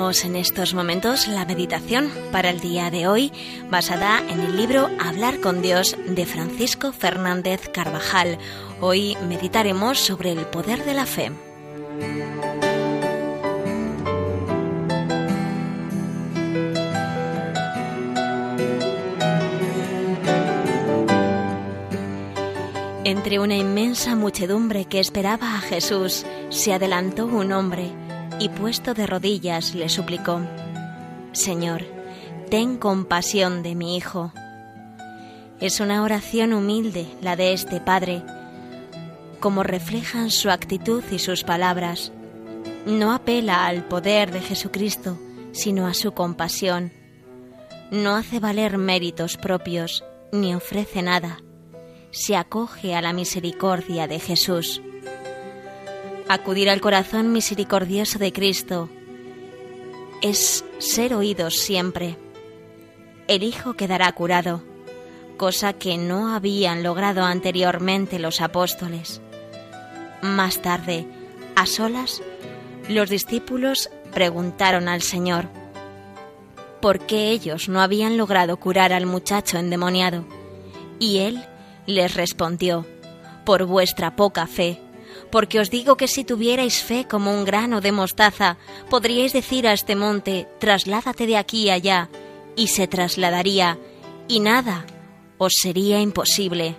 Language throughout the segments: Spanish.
Comenzamos en estos momentos la meditación para el día de hoy, basada en el libro Hablar con Dios de Francisco Fernández Carvajal. Hoy meditaremos sobre el poder de la fe. Entre una inmensa muchedumbre que esperaba a Jesús, se adelantó un hombre y, puesto de rodillas, le suplicó: «Señor, ten compasión de mi hijo». Es una oración humilde la de este padre, como reflejan su actitud y sus palabras. No apela al poder de Jesucristo, sino a su compasión. No hace valer méritos propios, ni ofrece nada. Se acoge a la misericordia de Jesús. Acudir al corazón misericordioso de Cristo es ser oídos siempre. El Hijo quedará curado, cosa que no habían logrado anteriormente los apóstoles. Más tarde, a solas, los discípulos preguntaron al Señor por qué ellos no habían logrado curar al muchacho endemoniado, y Él les respondió: «Por vuestra poca fe, porque os digo que si tuvierais fe como un grano de mostaza, podríais decir a este monte: trasládate de aquí allá, y se trasladaría, y nada os sería imposible».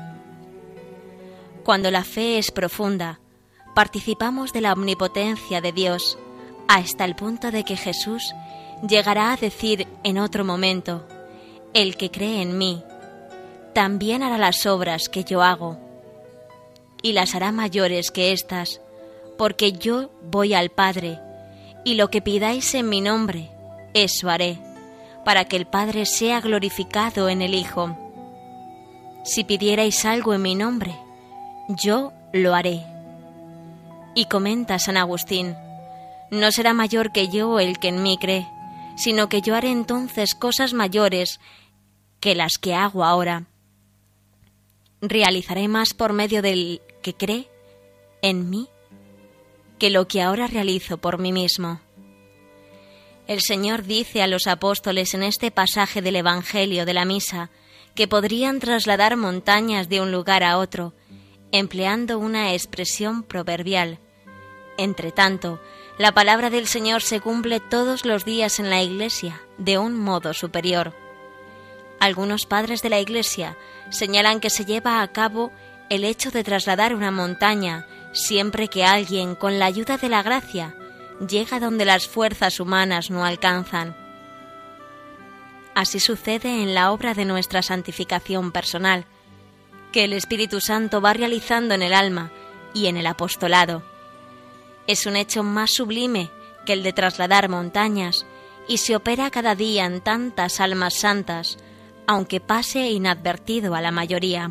Cuando la fe es profunda, participamos de la omnipotencia de Dios, hasta el punto de que Jesús llegará a decir en otro momento: «El que cree en mí, también hará las obras que yo hago, y las hará mayores que éstas, porque yo voy al Padre, y lo que pidáis en mi nombre, eso haré, para que el Padre sea glorificado en el Hijo. Si pidierais algo en mi nombre, yo lo haré». Y comenta San Agustín: «No será mayor que yo el que en mí cree, sino que yo haré entonces cosas mayores que las que hago ahora. Realizaré más por medio del que cree en mí que lo que ahora realizo por mí mismo». El Señor dice a los apóstoles en este pasaje del Evangelio de la Misa que podrían trasladar montañas de un lugar a otro, empleando una expresión proverbial. Entretanto, la palabra del Señor se cumple todos los días en la Iglesia de un modo superior. Algunos padres de la Iglesia señalan que se lleva a cabo el hecho de trasladar una montaña siempre que alguien, con la ayuda de la gracia, llega donde las fuerzas humanas no alcanzan. Así sucede en la obra de nuestra santificación personal, que el Espíritu Santo va realizando en el alma y en el apostolado. Es un hecho más sublime que el de trasladar montañas, y se opera cada día en tantas almas santas, aunque pase inadvertido a la mayoría.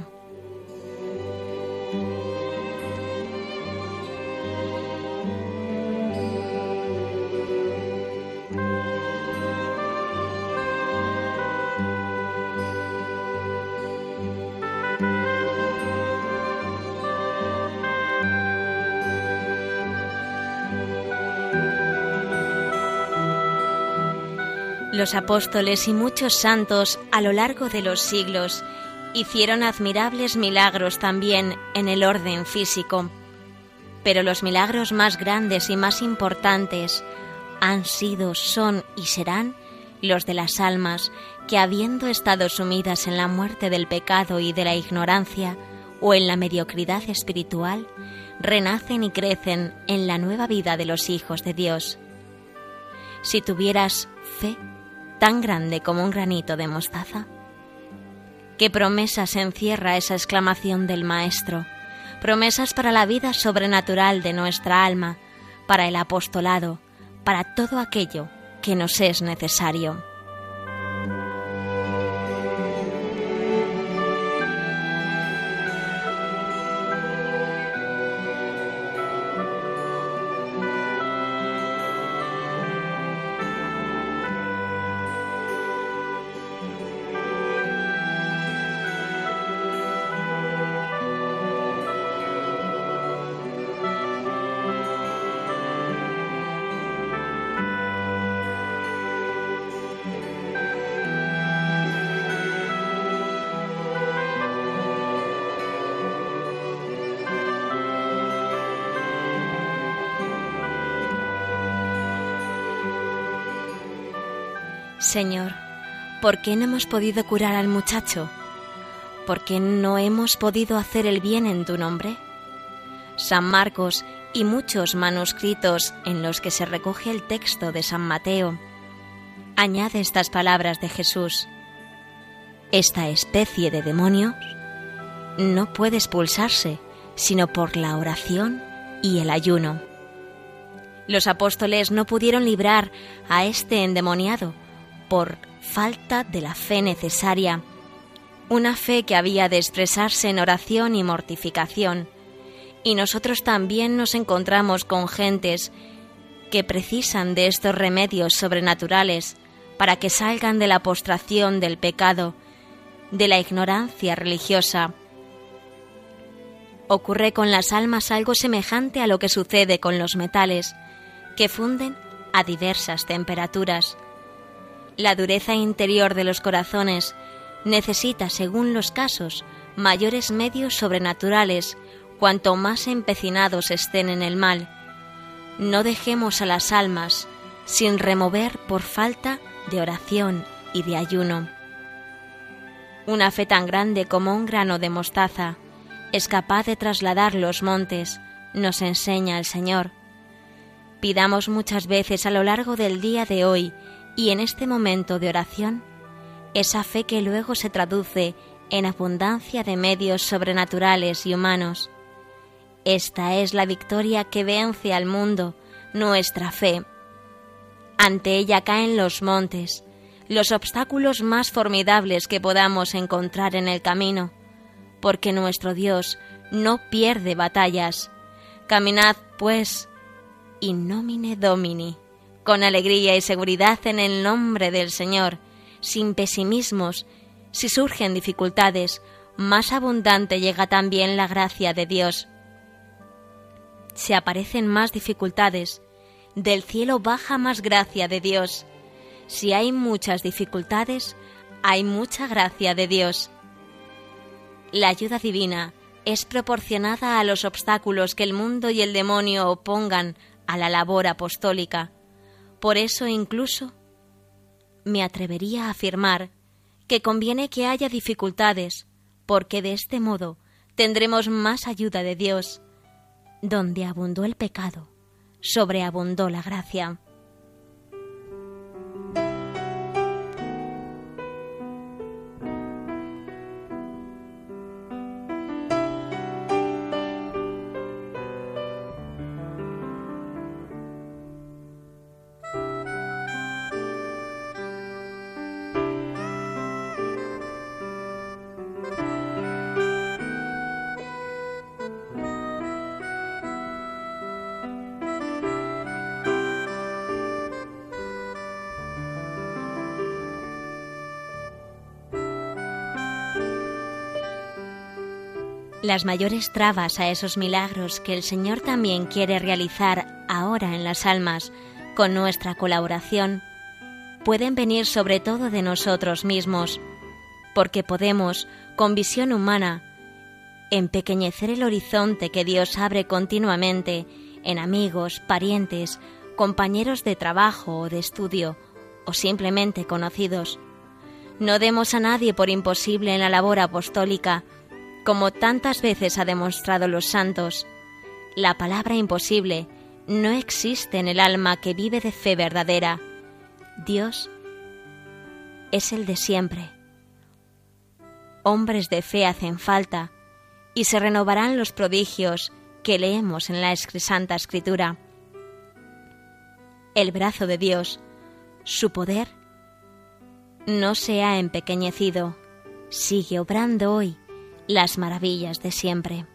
Los apóstoles y muchos santos a lo largo de los siglos hicieron admirables milagros también en el orden físico, pero los milagros más grandes y más importantes han sido, son y serán los de las almas que, habiendo estado sumidas en la muerte del pecado y de la ignorancia o en la mediocridad espiritual, renacen y crecen en la nueva vida de los hijos de Dios. Si tuvieras fe tan grande como un granito de mostaza. ¿Qué promesas encierra esa exclamación del Maestro? Promesas para la vida sobrenatural de nuestra alma, para el apostolado, para todo aquello que nos es necesario. Señor, ¿por qué no hemos podido curar al muchacho? ¿Por qué no hemos podido hacer el bien en tu nombre? San Marcos y muchos manuscritos en los que se recoge el texto de San Mateo añade estas palabras de Jesús: esta especie de demonios no puede expulsarse sino por la oración y el ayuno. Los apóstoles no pudieron librar a este endemoniado por falta de la fe necesaria, una fe que había de expresarse en oración y mortificación. Y nosotros también nos encontramos con gentes que precisan de estos remedios sobrenaturales para que salgan de la postración del pecado, de la ignorancia religiosa. Ocurre con las almas algo semejante a lo que sucede con los metales, que funden a diversas temperaturas. La dureza interior de los corazones necesita, según los casos, mayores medios sobrenaturales cuanto más empecinados estén en el mal. No dejemos a las almas sin remover por falta de oración y de ayuno. Una fe tan grande como un grano de mostaza es capaz de trasladar los montes, nos enseña el Señor. Pidamos muchas veces a lo largo del día de hoy y en este momento de oración esa fe que luego se traduce en abundancia de medios sobrenaturales y humanos. Esta es la victoria que vence al mundo, nuestra fe. Ante ella caen los montes, los obstáculos más formidables que podamos encontrar en el camino, porque nuestro Dios no pierde batallas. Caminad, pues, in nomine Domini, con alegría y seguridad en el nombre del Señor, sin pesimismos. Si surgen dificultades, más abundante llega también la gracia de Dios. Si aparecen más dificultades, del cielo baja más gracia de Dios. Si hay muchas dificultades, hay mucha gracia de Dios. La ayuda divina es proporcionada a los obstáculos que el mundo y el demonio opongan a la labor apostólica. Por eso incluso me atrevería a afirmar que conviene que haya dificultades, porque de este modo tendremos más ayuda de Dios. Donde abundó el pecado, sobreabundó la gracia. Las mayores trabas a esos milagros que el Señor también quiere realizar ahora en las almas con nuestra colaboración pueden venir sobre todo de nosotros mismos, porque podemos, con visión humana, empequeñecer el horizonte que Dios abre continuamente en amigos, parientes, compañeros de trabajo o de estudio, o simplemente conocidos. No demos a nadie por imposible en la labor apostólica, como tantas veces ha demostrado los santos. La palabra imposible no existe en el alma que vive de fe verdadera. Dios es el de siempre. Hombres de fe hacen falta, y se renovarán los prodigios que leemos en la Santa Escritura. El brazo de Dios, su poder, no se ha empequeñecido, sigue obrando hoy las maravillas de siempre.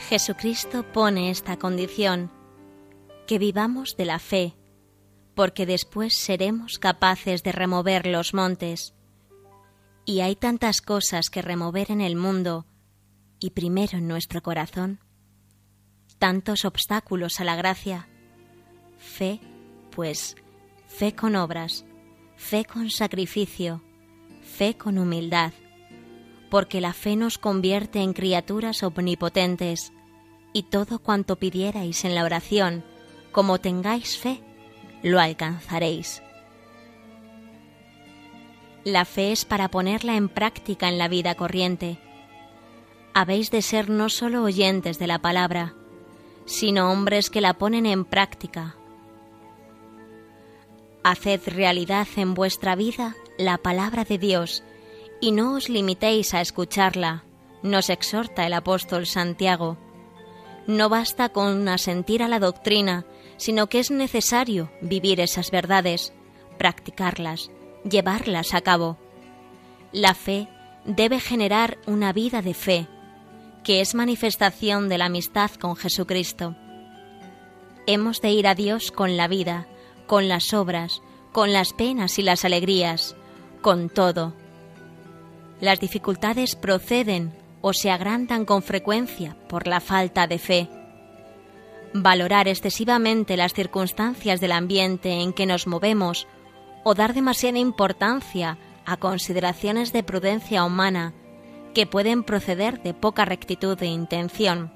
Jesucristo pone esta condición, que vivamos de la fe, porque después seremos capaces de remover los montes. Y hay tantas cosas que remover en el mundo, y primero en nuestro corazón. Tantos obstáculos a la gracia. Fe, pues, fe con obras, fe con sacrificio, fe con humildad, porque la fe nos convierte en criaturas omnipotentes, y todo cuanto pidierais en la oración, como tengáis fe, lo alcanzaréis. La fe es para ponerla en práctica en la vida corriente. Habéis de ser no solo oyentes de la palabra, sino hombres que la ponen en práctica. Haced realidad en vuestra vida la palabra de Dios y no os limitéis a escucharla, nos exhorta el apóstol Santiago. No basta con asentir a la doctrina, sino que es necesario vivir esas verdades, practicarlas, llevarlas a cabo. La fe debe generar una vida de fe, que es manifestación de la amistad con Jesucristo. Hemos de ir a Dios con la vida, con las obras, con las penas y las alegrías, con todo. Las dificultades proceden o se agrandan con frecuencia por la falta de fe. Valorar excesivamente las circunstancias del ambiente en que nos movemos o dar demasiada importancia a consideraciones de prudencia humana que pueden proceder de poca rectitud de intención.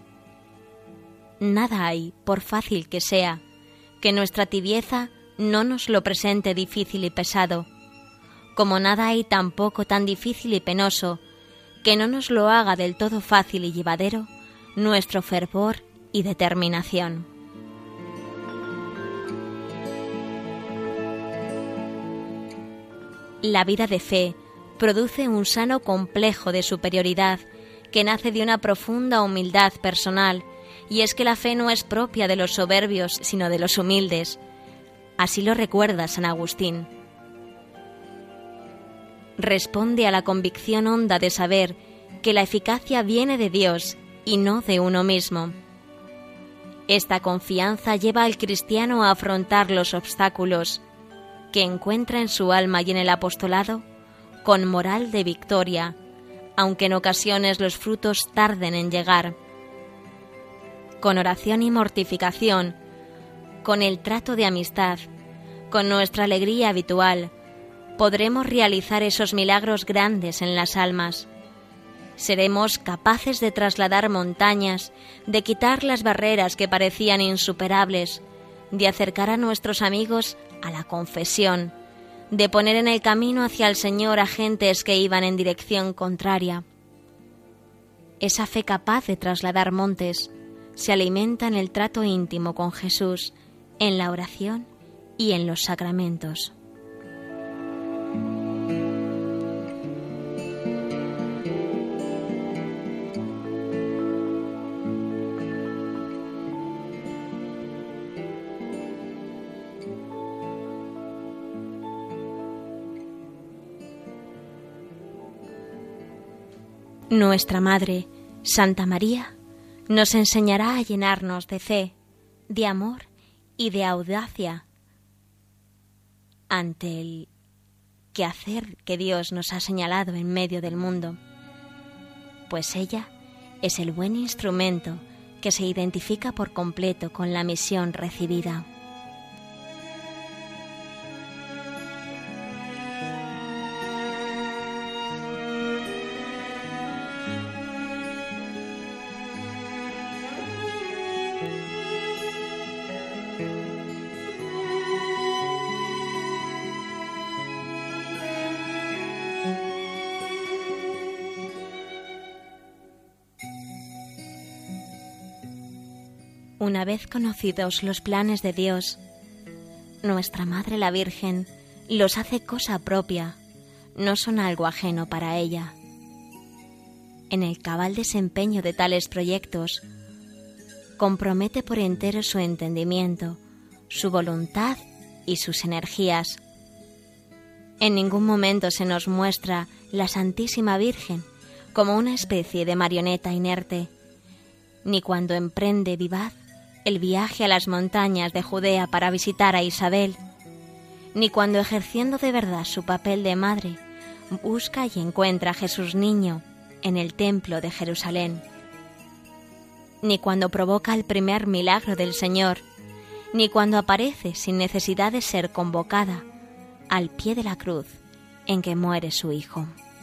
Nada hay, por fácil que sea, que nuestra tibieza no nos lo presente difícil y pesado, como nada hay tampoco tan difícil y penoso que no nos lo haga del todo fácil y llevadero nuestro fervor y determinación. La vida de fe produce un sano complejo de superioridad que nace de una profunda humildad personal, y es que la fe no es propia de los soberbios, sino de los humildes. Así lo recuerda San Agustín. Responde a la convicción honda de saber que la eficacia viene de Dios y no de uno mismo. Esta confianza lleva al cristiano a afrontar los obstáculos que encuentra en su alma y en el apostolado con moral de victoria, aunque en ocasiones los frutos tarden en llegar. Con oración y mortificación, con el trato de amistad, con nuestra alegría habitual, podremos realizar esos milagros grandes en las almas. Seremos capaces de trasladar montañas, de quitar las barreras que parecían insuperables, de acercar a nuestros amigos a la confesión, de poner en el camino hacia el Señor a gentes que iban en dirección contraria. Esa fe capaz de trasladar montes se alimenta en el trato íntimo con Jesús, en la oración y en los sacramentos. Nuestra Madre, Santa María, nos enseñará a llenarnos de fe, de amor y de audacia ante el quehacer que Dios nos ha señalado en medio del mundo, pues ella es el buen instrumento que se identifica por completo con la misión recibida. Una vez conocidos los planes de Dios, nuestra Madre la Virgen los hace cosa propia, no son algo ajeno para ella. En el cabal desempeño de tales proyectos, compromete por entero su entendimiento, su voluntad y sus energías. En ningún momento se nos muestra la Santísima Virgen como una especie de marioneta inerte, ni cuando emprende vivaz el viaje a las montañas de Judea para visitar a Isabel, ni cuando ejerciendo de verdad su papel de madre, busca y encuentra a Jesús niño en el templo de Jerusalén, ni cuando provoca el primer milagro del Señor, ni cuando aparece sin necesidad de ser convocada al pie de la cruz en que muere su Hijo.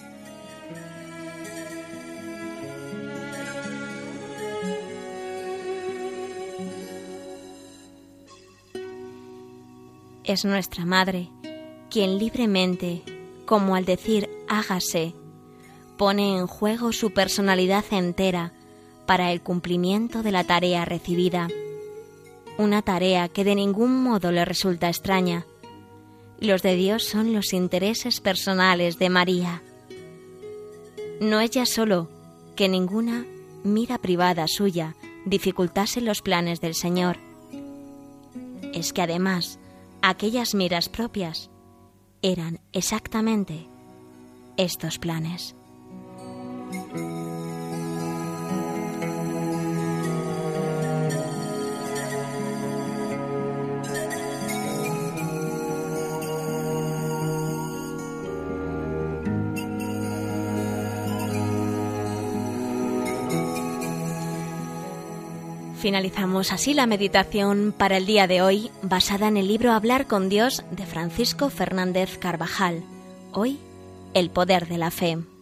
Es nuestra Madre quien libremente, como al decir hágase, pone en juego su personalidad entera para el cumplimiento de la tarea recibida, una tarea que de ningún modo le resulta extraña. Los de Dios son los intereses personales de María. No es ya solo que ninguna mira privada suya dificultase los planes del Señor, es que además aquellas miras propias eran exactamente estos planes. Finalizamos así la meditación para el día de hoy, basada en el libro Hablar con Dios de Francisco Fernández Carvajal. Hoy, el poder de la fe.